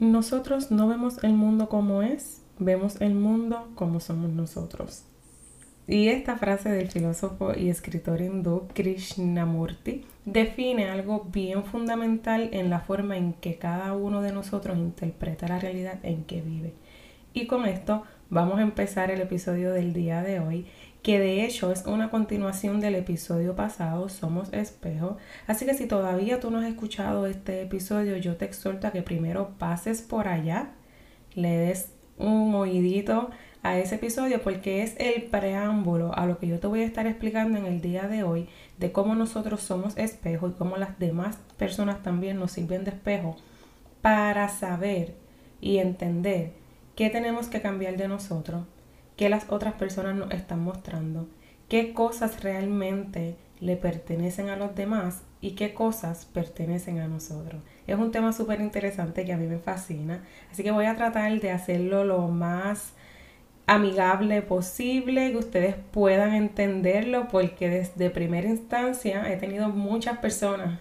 Nosotros no vemos el mundo como es, vemos el mundo como somos nosotros. Y esta frase del filósofo y escritor hindú Krishnamurti define algo bien fundamental en la forma en que cada uno de nosotros interpreta la realidad en que vive. Y con esto vamos a empezar el episodio del día de hoy, que de hecho es una continuación del episodio pasado, Somos Espejo. Así que si todavía tú no has escuchado este episodio, yo te exhorto a que primero pases por allá, le des un oídito a ese episodio porque es el preámbulo a lo que yo te voy a estar explicando en el día de hoy de cómo nosotros somos espejo y cómo las demás personas también nos sirven de espejo para saber y entender qué tenemos que cambiar de nosotros, qué las otras personas nos están mostrando, qué cosas realmente le pertenecen a los demás y qué cosas pertenecen a nosotros. Es un tema súper interesante que a mí me fascina, así que voy a tratar de hacerlo lo más amigable posible, que ustedes puedan entenderlo, porque desde primera instancia he tenido muchas personas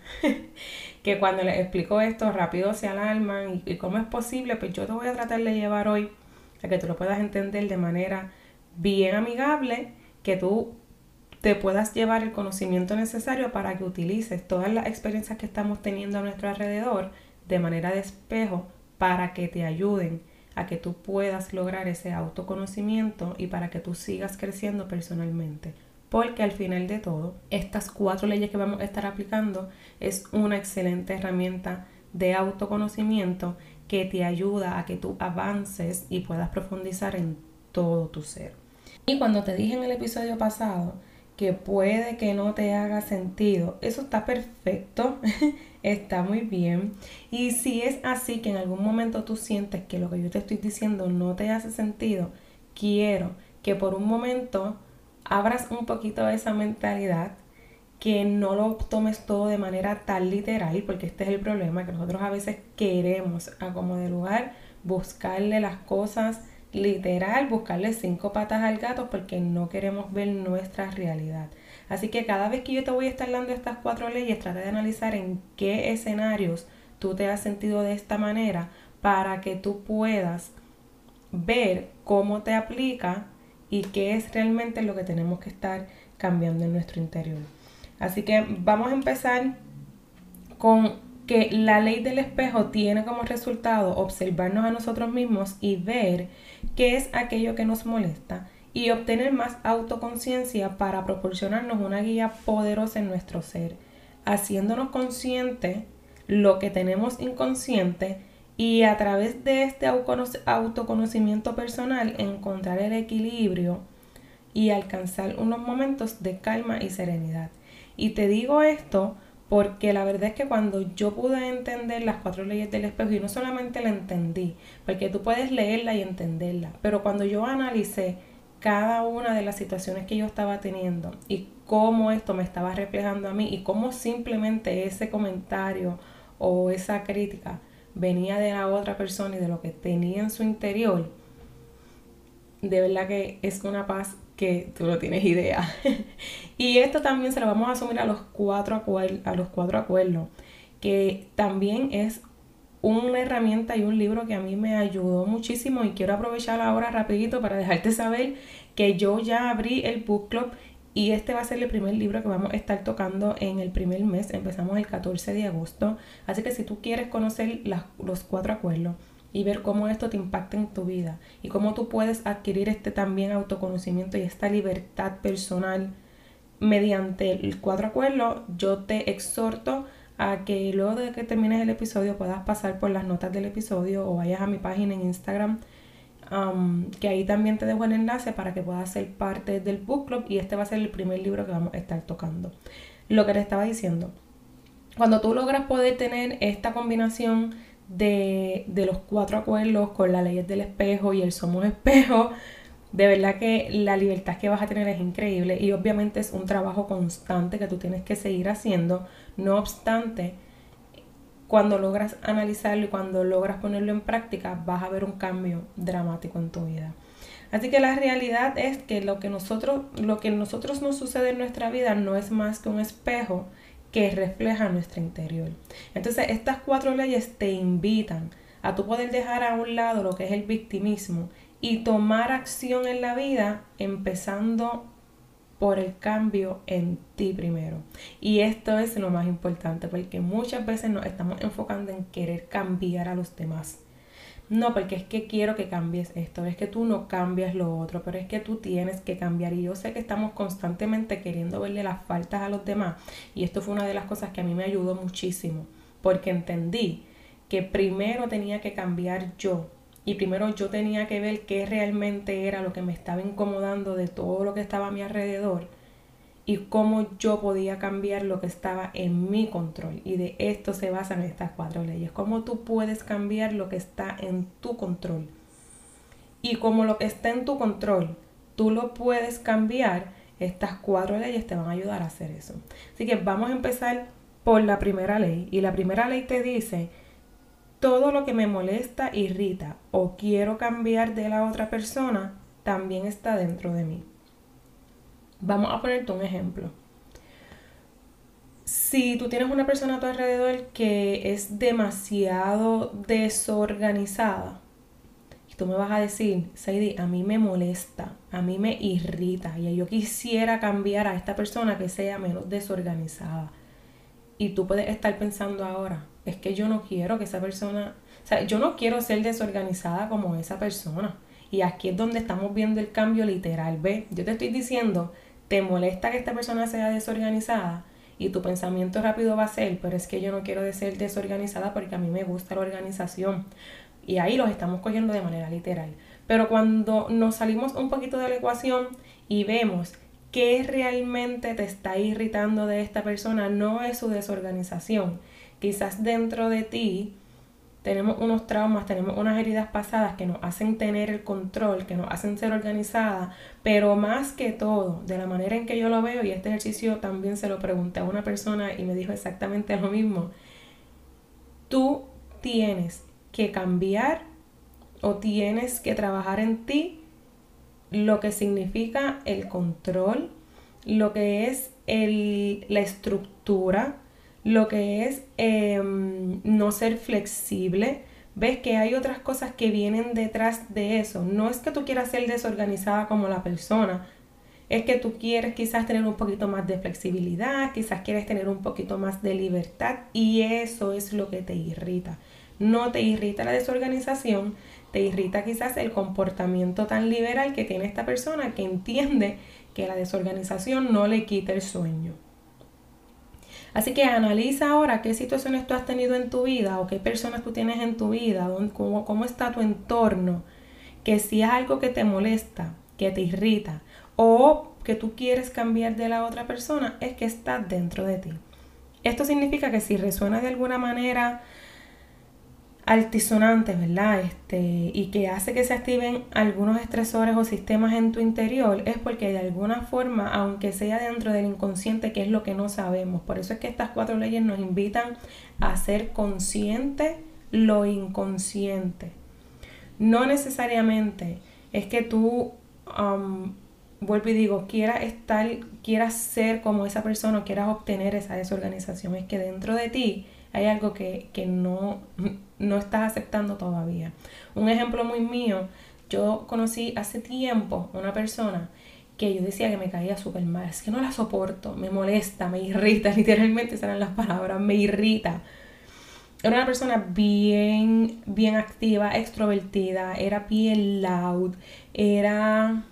que cuando les explico esto rápido se alarman y cómo es posible. Pues yo te voy a tratar de llevar hoy a que tú lo puedas entender de manera bien amigable, que tú te puedas llevar el conocimiento necesario para que utilices todas las experiencias que estamos teniendo a nuestro alrededor de manera de espejo para que te ayuden a que tú puedas lograr ese autoconocimiento y para que tú sigas creciendo personalmente. Porque al final de todo, estas 4 leyes que vamos a estar aplicando es una excelente herramienta de autoconocimiento que te ayuda a que tú avances y puedas profundizar en todo tu ser. Y cuando te dije en el episodio pasado que puede que no te haga sentido, eso está perfecto, está muy bien. Y si es así que en algún momento tú sientes que lo que yo te estoy diciendo no te hace sentido, quiero que por un momento abras un poquito esa mentalidad, que no lo tomes todo de manera tan literal, porque este es el problema, que nosotros a veces queremos a como de lugar buscarle las cosas literal, buscarle 5 patas al gato porque no queremos ver nuestra realidad. Así que cada vez que yo te voy a estar dando estas 4 leyes, trata de analizar en qué escenarios tú te has sentido de esta manera para que tú puedas ver cómo te aplica y qué es realmente lo que tenemos que estar cambiando en nuestro interior. Así que vamos a empezar con que la ley del espejo tiene como resultado observarnos a nosotros mismos y ver qué es aquello que nos molesta y obtener más autoconciencia para proporcionarnos una guía poderosa en nuestro ser, haciéndonos consciente lo que tenemos inconsciente y a través de este autoconocimiento personal encontrar el equilibrio y alcanzar unos momentos de calma y serenidad. Y te digo esto porque la verdad es que cuando yo pude entender las 4 leyes del espejo, y no solamente la entendí, porque tú puedes leerla y entenderla, pero cuando yo analicé cada una de las situaciones que yo estaba teniendo y cómo esto me estaba reflejando a mí y cómo simplemente ese comentario o esa crítica venía de la otra persona y de lo que tenía en su interior, de verdad que es una paz que tú no tienes idea. Y esto también se lo vamos a asumir a los 4 acuerdos, que también es una herramienta y un libro que a mí me ayudó muchísimo y quiero aprovechar ahora rapidito para dejarte saber que yo ya abrí el book club y este va a ser el primer libro que vamos a estar tocando en el primer mes. Empezamos el 14 de agosto, así que si tú quieres conocer los 4 acuerdos y ver cómo esto te impacta en tu vida y cómo tú puedes adquirir este también autoconocimiento y esta libertad personal mediante el 4 acuerdos, yo te exhorto a que luego de que termines el episodio puedas pasar por las notas del episodio o vayas a mi página en Instagram, que ahí también te dejo el enlace para que puedas ser parte del book club y este va a ser el primer libro que vamos a estar tocando. Lo que te estaba diciendo, cuando tú logras poder tener esta combinación de los 4 acuerdos con las leyes del espejo y el somos espejo, de verdad que la libertad que vas a tener es increíble y obviamente es un trabajo constante que tú tienes que seguir haciendo. No obstante, cuando logras analizarlo y cuando logras ponerlo en práctica, vas a ver un cambio dramático en tu vida. Así que la realidad es que lo que nosotros nos sucede en nuestra vida no es más que un espejo que refleja nuestro interior. Entonces, estas 4 leyes te invitan a tú poder dejar a un lado lo que es el victimismo y tomar acción en la vida, empezando por el cambio en ti primero. Y esto es lo más importante, porque muchas veces nos estamos enfocando en querer cambiar a los demás. No, porque es que quiero que cambies esto, es que tú no cambias lo otro, pero es que tú tienes que cambiar. Y yo sé que estamos constantemente queriendo verle las faltas a los demás. Y esto fue una de las cosas que a mí me ayudó muchísimo, porque entendí que primero tenía que cambiar yo. Y primero yo tenía que ver qué realmente era lo que me estaba incomodando de todo lo que estaba a mi alrededor y cómo yo podía cambiar lo que estaba en mi control. Y de esto se basan estas 4 leyes. Cómo tú puedes cambiar lo que está en tu control. Y como lo que está en tu control, tú lo puedes cambiar, estas 4 leyes te van a ayudar a hacer eso. Así que vamos a empezar por la primera ley. Y la primera ley te dice: todo lo que me molesta, irrita o quiero cambiar de la otra persona también está dentro de mí. Vamos a ponerte un ejemplo. Si tú tienes una persona a tu alrededor que es demasiado desorganizada, y tú me vas a decir: Saidi, a mí me molesta, a mí me irrita, y yo quisiera cambiar a esta persona que sea menos desorganizada. Y tú puedes estar pensando ahora: es que yo no quiero que esa persona, o sea, yo no quiero ser desorganizada como esa persona. Y aquí es donde estamos viendo el cambio literal. ¿Ves? Yo te estoy diciendo: te molesta que esta persona sea desorganizada, y tu pensamiento rápido va a ser: pero es que yo no quiero ser desorganizada porque a mí me gusta la organización. Y ahí los estamos cogiendo de manera literal. Pero cuando nos salimos un poquito de la ecuación y vemos qué realmente te está irritando de esta persona, no es su desorganización. Quizás dentro de ti tenemos unos traumas, tenemos unas heridas pasadas que nos hacen tener el control, que nos hacen ser organizadas, pero más que todo, de la manera en que yo lo veo, y este ejercicio también se lo pregunté a una persona y me dijo exactamente lo mismo: tú tienes que cambiar o tienes que trabajar en ti lo que significa el control, lo que es la estructura, lo que es no ser flexible. Ves que hay otras cosas que vienen detrás de eso. No es que tú quieras ser desorganizada como la persona, es que tú quieres quizás tener un poquito más de flexibilidad, quizás quieres tener un poquito más de libertad, y eso es lo que te irrita. No te irrita la desorganización, te irrita quizás el comportamiento tan liberal que tiene esta persona, que entiende que la desorganización no le quita el sueño. Así que analiza ahora qué situaciones tú has tenido en tu vida o qué personas tú tienes en tu vida, cómo está tu entorno, que si es algo que te molesta, que te irrita o que tú quieres cambiar de la otra persona, es que está dentro de ti. Esto significa que si resuena de alguna manera altisonante, ¿verdad? Y que hace que se activen algunos estresores o sistemas en tu interior, es porque de alguna forma, aunque sea dentro del inconsciente, que es lo que no sabemos. Por eso es que estas 4 leyes nos invitan a ser consciente lo inconsciente. No necesariamente es que tú, vuelvo y digo, quieras ser como esa persona, quieras obtener esa desorganización. Es que dentro de ti hay algo que no estás aceptando todavía. Un ejemplo muy mío: yo conocí hace tiempo una persona que yo decía que me caía súper mal, es que no la soporto, me molesta, me irrita, literalmente esas eran las palabras, me irrita. Era una persona bien, bien activa, extrovertida, era bien loud, era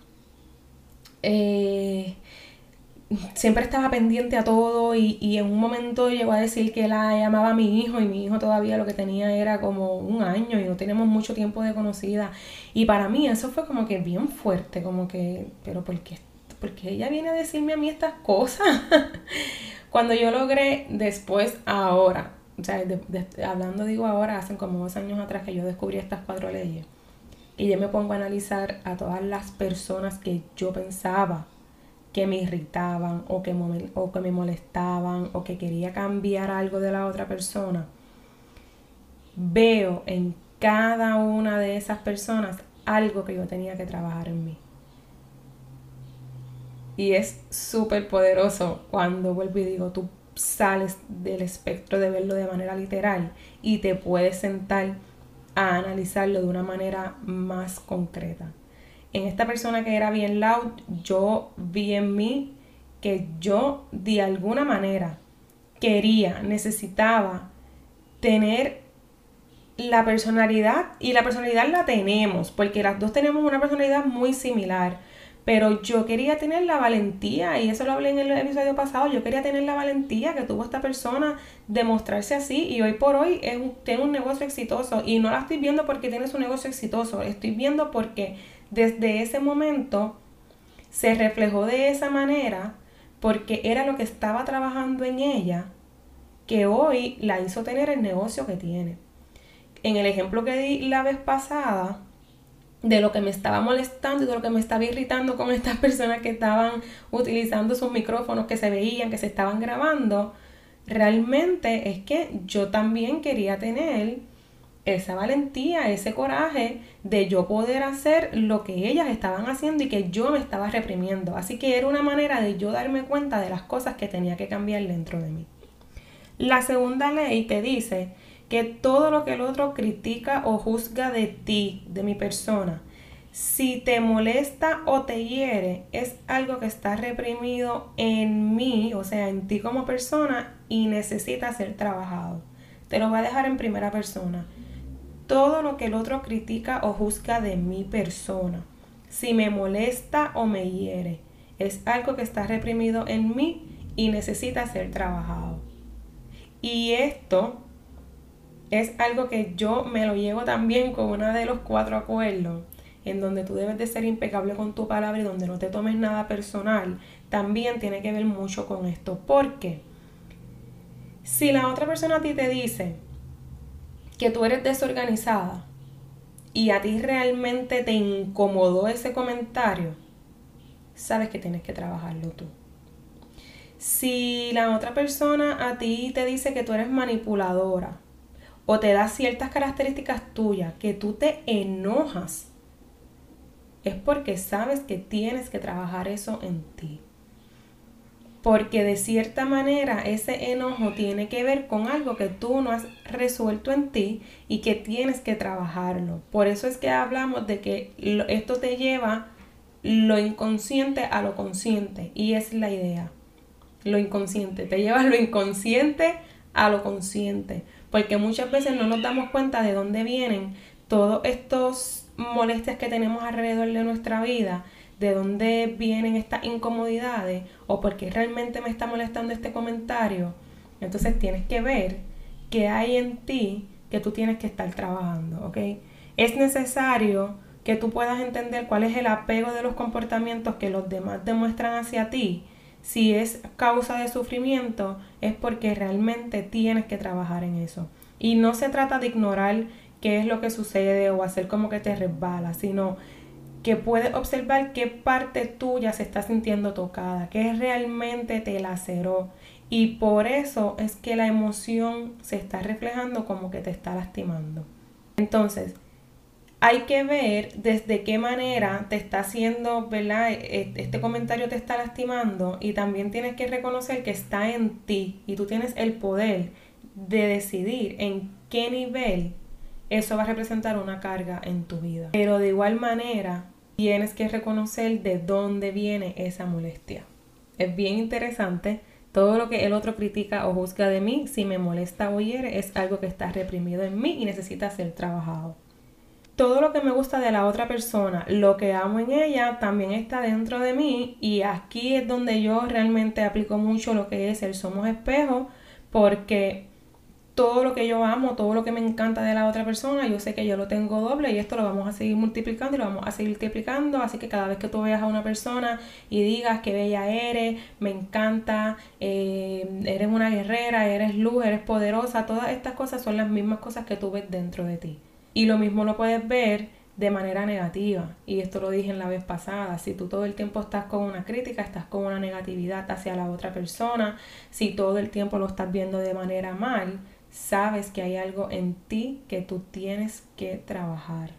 siempre estaba pendiente a todo, y en un momento llegó a decir que la llamaba a mi hijo, y mi hijo todavía lo que tenía era como 1 año y no tenemos mucho tiempo de conocida. Y para mí eso fue como que bien fuerte, como que, pero ¿por qué ella viene a decirme a mí estas cosas? Cuando yo logré después, ahora, o sea, hablando digo ahora, hace como 2 años atrás que yo descubrí estas 4 leyes, y yo me pongo a analizar a todas las personas que yo pensaba que me irritaban o que me molestaban o que quería cambiar algo de la otra persona, veo en cada una de esas personas algo que yo tenía que trabajar en mí. Y es súper poderoso cuando vuelvo y digo, tú sales del espectro de verlo de manera literal y te puedes sentar a analizarlo de una manera más concreta. En esta persona que era bien loud, yo vi en mí que yo de alguna manera necesitaba tener la personalidad, y la personalidad la tenemos, porque las dos tenemos una personalidad muy similar, pero yo quería tener la valentía, y eso lo hablé en el episodio pasado, yo quería tener la valentía que tuvo esta persona de mostrarse así, y hoy por hoy tiene un negocio exitoso, y no la estoy viendo porque tiene su negocio exitoso, estoy viendo porque desde ese momento se reflejó de esa manera, porque era lo que estaba trabajando en ella, que hoy la hizo tener el negocio que tiene. En el ejemplo que di la vez pasada, de lo que me estaba molestando y de lo que me estaba irritando con estas personas que estaban utilizando sus micrófonos, que se veían, que se estaban grabando, realmente es que yo también quería tener esa valentía, ese coraje de yo poder hacer lo que ellas estaban haciendo y que yo me estaba reprimiendo. Así que era una manera de yo darme cuenta de las cosas que tenía que cambiar dentro de mí. La segunda ley te dice que todo lo que el otro critica o juzga de ti, de mi persona, si te molesta o te hiere, es algo que está reprimido en mí, o sea, en ti como persona, y necesita ser trabajado. Te lo voy a dejar en primera persona. Todo lo que el otro critica o juzga de mi persona, si me molesta o me hiere, es algo que está reprimido en mí y necesita ser trabajado. Y esto es algo que yo me lo llevo también con uno de los 4 acuerdos, en donde tú debes de ser impecable con tu palabra y donde no te tomes nada personal. También tiene que ver mucho con esto. Porque si la otra persona a ti te dice que tú eres desorganizada y a ti realmente te incomodó ese comentario, sabes que tienes que trabajarlo tú. Si la otra persona a ti te dice que tú eres manipuladora o te da ciertas características tuyas que tú te enojas, es porque sabes que tienes que trabajar eso en ti. Porque de cierta manera ese enojo tiene que ver con algo que tú no has resuelto en ti y que tienes que trabajarlo. Por eso es que hablamos de que esto te lleva lo inconsciente a lo consciente, y es la idea. Lo inconsciente, te lleva lo inconsciente a lo consciente, porque muchas veces no nos damos cuenta de dónde vienen todos estos molestias que tenemos alrededor de nuestra vida, de dónde vienen estas incomodidades o por qué realmente me está molestando este comentario. Entonces tienes que ver qué hay en ti que tú tienes que estar trabajando, ¿ok? Es necesario que tú puedas entender cuál es el apego de los comportamientos que los demás demuestran hacia ti. Si es causa de sufrimiento, es porque realmente tienes que trabajar en eso. Y no se trata de ignorar qué es lo que sucede o hacer como que te resbala, sino que puedes observar qué parte tuya se está sintiendo tocada, qué realmente te laceró. Y por eso es que la emoción se está reflejando como que te está lastimando. Entonces, hay que ver desde qué manera te está haciendo, ¿verdad? Este comentario te está lastimando, y también tienes que reconocer que está en ti y tú tienes el poder de decidir en qué nivel eso va a representar una carga en tu vida. Pero de igual manera tienes que reconocer de dónde viene esa molestia. Es bien interesante. Todo lo que el otro critica o juzga de mí, si me molesta o hiere, es algo que está reprimido en mí y necesita ser trabajado. Todo lo que me gusta de la otra persona, lo que amo en ella, también está dentro de mí, y aquí es donde yo realmente aplico mucho lo que es el somos espejo, porque todo lo que yo amo, todo lo que me encanta de la otra persona, yo sé que yo lo tengo doble, y esto lo vamos a seguir multiplicando y lo vamos a seguir multiplicando. Así que cada vez que tú veas a una persona y digas qué bella eres, me encanta, eres una guerrera, eres luz, eres poderosa, todas estas cosas son las mismas cosas que tú ves dentro de ti. Y lo mismo lo puedes ver de manera negativa, y esto lo dije en la vez pasada. Si tú todo el tiempo estás con una crítica, estás con una negatividad hacia la otra persona, si todo el tiempo lo estás viendo de manera mal, sabes que hay algo en ti que tú tienes que trabajar.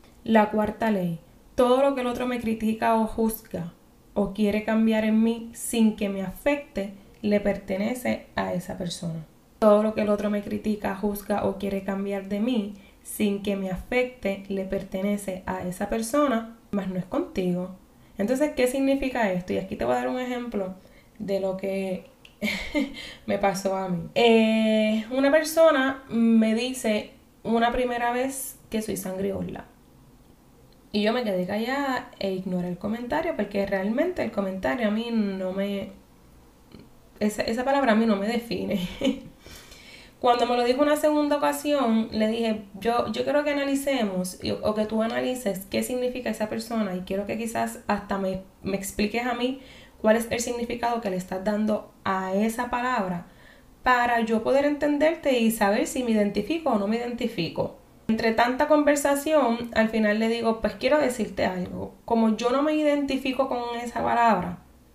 La cuarta ley: todo lo que el otro me critica o juzga o quiere cambiar en mí sin que me afecte, le pertenece a esa persona. Todo lo que el otro me critica, juzga o quiere cambiar de mí, sin que me afecte le pertenece a esa persona, más no es contigo. Entonces, ¿qué significa esto? Y aquí te voy a dar un ejemplo de lo que me pasó a mí. Una persona me dice una primera vez que soy sangriola. Y yo me quedé callada e ignoré el comentario porque realmente el comentario a mí no me... Esa palabra a mí no me define. Cuando me lo dijo una segunda ocasión, le dije, yo quiero que analicemos o que tú analices qué significa esa persona y quiero que quizás hasta me expliques a mí cuál es el significado que le estás dando a esa palabra para yo poder entenderte y saber si me identifico o no me identifico. Entre tanta conversación, al final le digo, pues quiero decirte algo. Como yo no me identifico con esa palabra,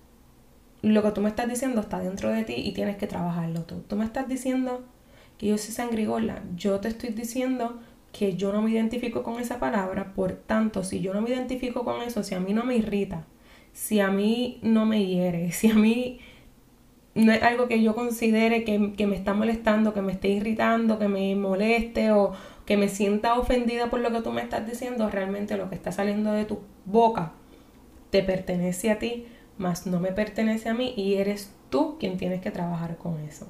lo que tú me estás diciendo está dentro de ti y tienes que trabajarlo tú. Tú me estás diciendo que yo soy sangrigola. Yo te estoy diciendo que yo no me identifico con esa palabra. Por tanto, si yo no me identifico con eso, si a mí no me irrita, si a mí no me hiere, si a mí no es algo que yo considere que me está molestando, que me esté irritando, que me moleste o que me sienta ofendida por lo que tú me estás diciendo, realmente lo que está saliendo de tu boca te pertenece a ti, mas no me pertenece a mí y eres tú quien tienes que trabajar con eso.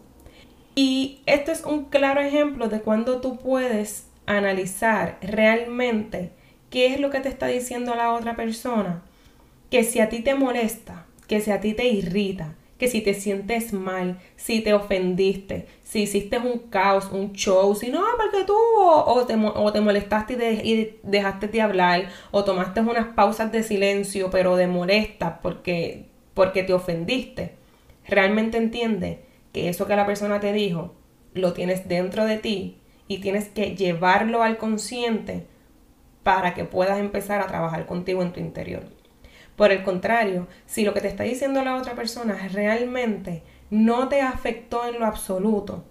Y esto es un claro ejemplo de cuando tú puedes analizar realmente qué es lo que te está diciendo la otra persona, que si a ti te molesta, que si a ti te irrita, que si te sientes mal, si te ofendiste, si hiciste un caos, un show, si no, porque tú o te molestaste y dejaste de hablar, o tomaste unas pausas de silencio, pero de molesta porque te ofendiste. Realmente entiende que eso que la persona te dijo lo tienes dentro de ti y tienes que llevarlo al consciente para que puedas empezar a trabajar contigo en tu interior. Por el contrario, si lo que te está diciendo la otra persona realmente no te afectó en lo absoluto,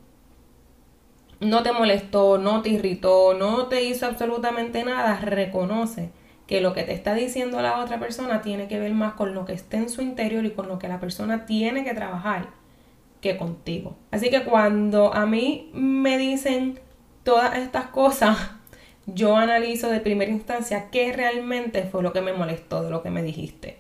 no te molestó, no te irritó, no te hizo absolutamente nada, reconoce que lo que te está diciendo la otra persona tiene que ver más con lo que está en su interior y con lo que la persona tiene que trabajar que contigo. Así que cuando a mí me dicen todas estas cosas, yo analizo de primera instancia qué realmente fue lo que me molestó de lo que me dijiste.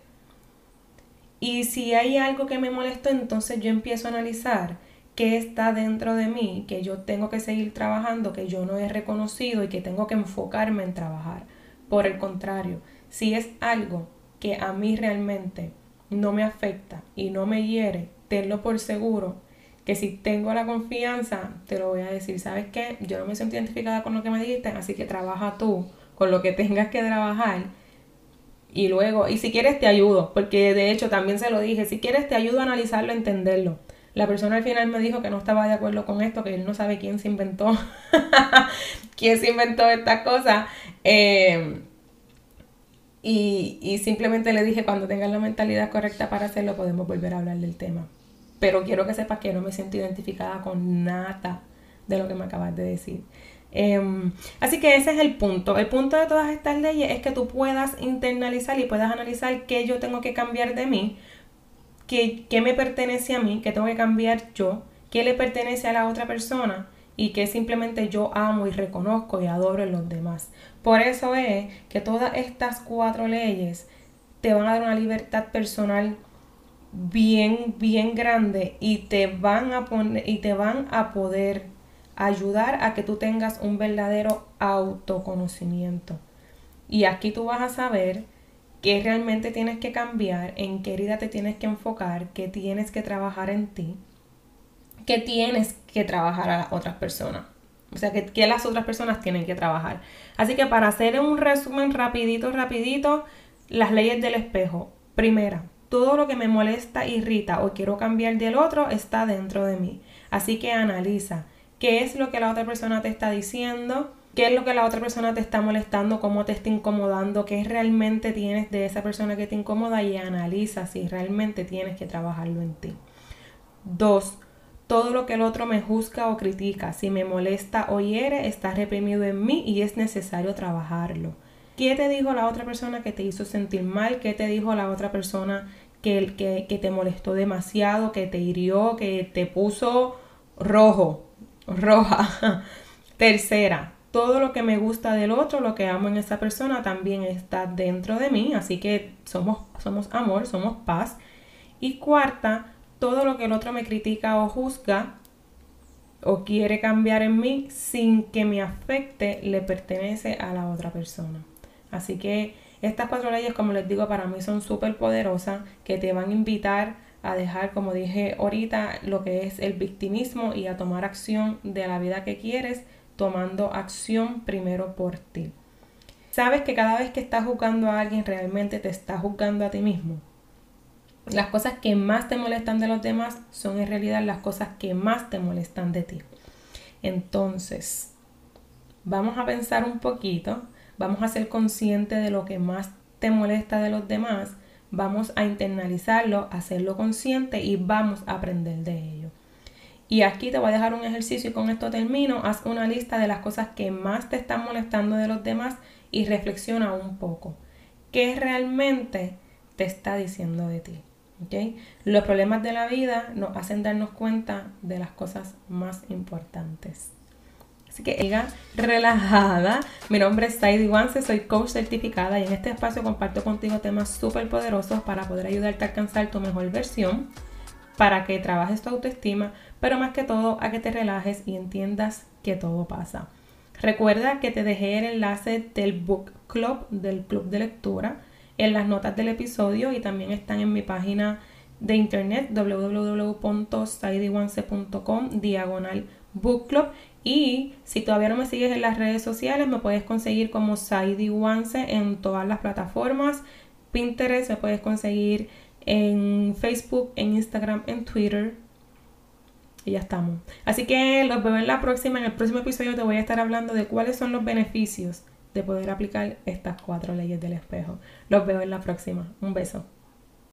Y si hay algo que me molestó, entonces yo empiezo a analizar qué está dentro de mí, que yo tengo que seguir trabajando, que yo no he reconocido y que tengo que enfocarme en trabajar. Por el contrario, si es algo que a mí realmente no me afecta y no me hiere, tenlo por seguro que si tengo la confianza, te lo voy a decir, ¿sabes qué? Yo no me siento identificada con lo que me dijiste, así que trabaja tú con lo que tengas que trabajar y luego, y si quieres te ayudo, porque de hecho también se lo dije, si quieres te ayudo a analizarlo, a entenderlo. La persona al final me dijo que no estaba de acuerdo con esto, que él no sabe quién se inventó, quién se inventó estas cosas. Y simplemente le dije, cuando tengas la mentalidad correcta para hacerlo, podemos volver a hablar del tema. Pero quiero que sepas que no me siento identificada con nada de lo que me acabas de decir. Así que ese es el punto. El punto de todas estas leyes es que tú puedas internalizar y puedas analizar qué yo tengo que cambiar de mí, qué me pertenece a mí, qué tengo que cambiar yo, qué le pertenece a la otra persona y que simplemente yo amo y reconozco y adoro en los demás. Por eso es que todas estas 4 leyes te van a dar una libertad personal bien, bien grande y te van a poder ayudar a que tú tengas un verdadero autoconocimiento. Y aquí tú vas a saber qué realmente tienes que cambiar, en qué herida te tienes que enfocar, qué tienes que trabajar en ti, qué tienes que trabajar a las otras personas. O sea, que las otras personas tienen que trabajar. Así que para hacer un resumen rapidito, las leyes del espejo. Primera, todo lo que me molesta, irrita o quiero cambiar del otro está dentro de mí. Así que analiza qué es lo que la otra persona te está diciendo, qué es lo que la otra persona te está molestando, cómo te está incomodando, qué realmente tienes de esa persona que te incomoda y analiza si realmente tienes que trabajarlo en ti. 2. Todo lo que el otro me juzga o critica, si me molesta o hiere, está reprimido en mí y es necesario trabajarlo. ¿Qué te dijo la otra persona que te hizo sentir mal? ¿Qué te dijo la otra persona que te molestó demasiado, que te hirió, que te puso roja? Tercera, todo lo que me gusta del otro, lo que amo en esa persona, también está dentro de mí. Así que somos amor, somos paz. Y cuarta, todo lo que el otro me critica o juzga o quiere cambiar en mí sin que me afecte, le pertenece a la otra persona. Así que estas 4 leyes, como les digo, para mí son súper poderosas, que te van a invitar a dejar, como dije ahorita, lo que es el victimismo y a tomar acción de la vida que quieres, tomando acción primero por ti. ¿Sabes que cada vez que estás juzgando a alguien realmente te estás juzgando a ti mismo? Las cosas que más te molestan de los demás son en realidad las cosas que más te molestan de ti. Entonces, vamos a pensar un poquito, vamos a ser conscientes de lo que más te molesta de los demás, vamos a internalizarlo, hacerlo consciente y vamos a aprender de ello. Y aquí te voy a dejar un ejercicio y con esto termino. Haz una lista de las cosas que más te están molestando de los demás y reflexiona un poco. ¿Qué realmente te está diciendo de ti? ¿Okay? Los problemas de la vida nos hacen darnos cuenta de las cosas más importantes. Así que siga relajada. Mi nombre es Saidi Wance, soy coach certificada y en este espacio comparto contigo temas súper poderosos para poder ayudarte a alcanzar tu mejor versión, para que trabajes tu autoestima, pero más que todo a que te relajes y entiendas que todo pasa. Recuerda que te dejé el enlace del book club, del club de lectura, en las notas del episodio y también están en mi página de internet www.saidiwance.com/book club. Y si todavía no me sigues en las redes sociales, me puedes conseguir como Saidi Wance en todas las plataformas. Pinterest, me puedes conseguir en Facebook, en Instagram, en Twitter. Y ya estamos. Así que los veo en la próxima. En el próximo episodio te voy a estar hablando de cuáles son los beneficios de poder aplicar estas 4 leyes del espejo. Los veo en la próxima. Un beso.